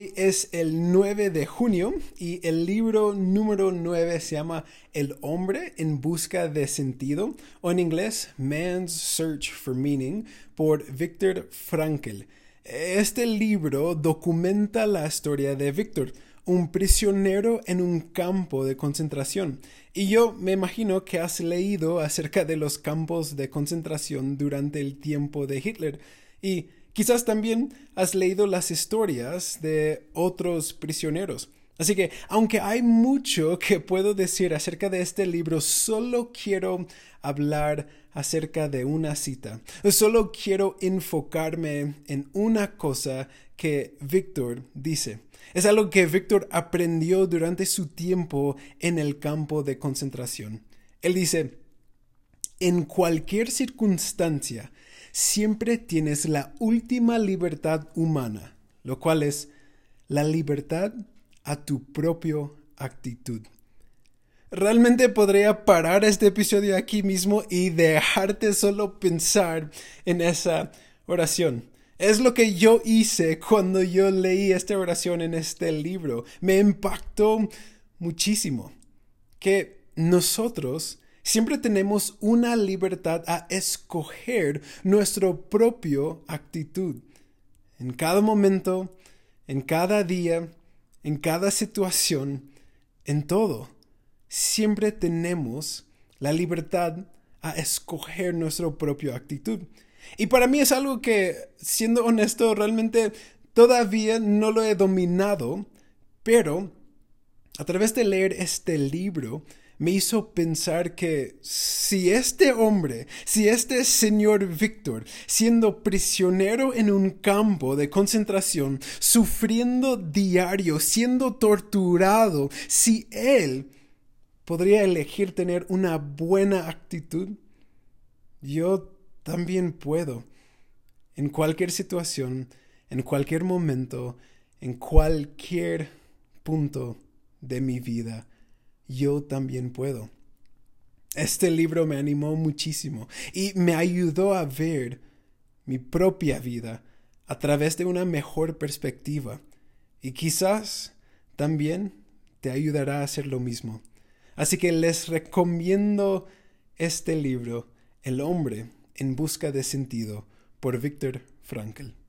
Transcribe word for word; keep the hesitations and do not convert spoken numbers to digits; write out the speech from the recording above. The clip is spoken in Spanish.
Es el nueve de junio y el libro número nueve se llama El hombre en busca de sentido, o en inglés Man's Search for Meaning, por Viktor Frankl. Este libro documenta la historia de Viktor, un prisionero en un campo de concentración. Y yo me imagino que has leído acerca de los campos de concentración durante el tiempo de Hitler. Y quizás también has leído las historias de otros prisioneros. Así que, aunque hay mucho que puedo decir acerca de este libro, solo quiero hablar acerca de una cita. Solo quiero enfocarme en una cosa que Viktor dice. Es algo que Viktor aprendió durante su tiempo en el campo de concentración. Él dice: en cualquier circunstancia, siempre tienes la última libertad humana, lo cual es la libertad a tu propia actitud. Realmente podría parar este episodio aquí mismo y dejarte solo pensar en esa oración. Es lo que yo hice cuando yo leí esta oración en este libro. Me impactó muchísimo que nosotros siempre tenemos una libertad a escoger nuestra propia actitud. En cada momento, en cada día, en cada situación, en todo. Siempre tenemos la libertad a escoger nuestra propia actitud. Y para mí es algo que, siendo honesto, realmente todavía no lo he dominado, pero a través de leer este libro me hizo pensar que si este hombre, si este señor Viktor, siendo prisionero en un campo de concentración, sufriendo diario, siendo torturado, si él podría elegir tener una buena actitud, yo también puedo. En cualquier situación, en cualquier momento, en cualquier punto de mi vida, yo también puedo. Este libro me animó muchísimo y me ayudó a ver mi propia vida a través de una mejor perspectiva. Y quizás también te ayudará a hacer lo mismo. Así que les recomiendo este libro, El hombre en busca de sentido, por Viktor Frankl.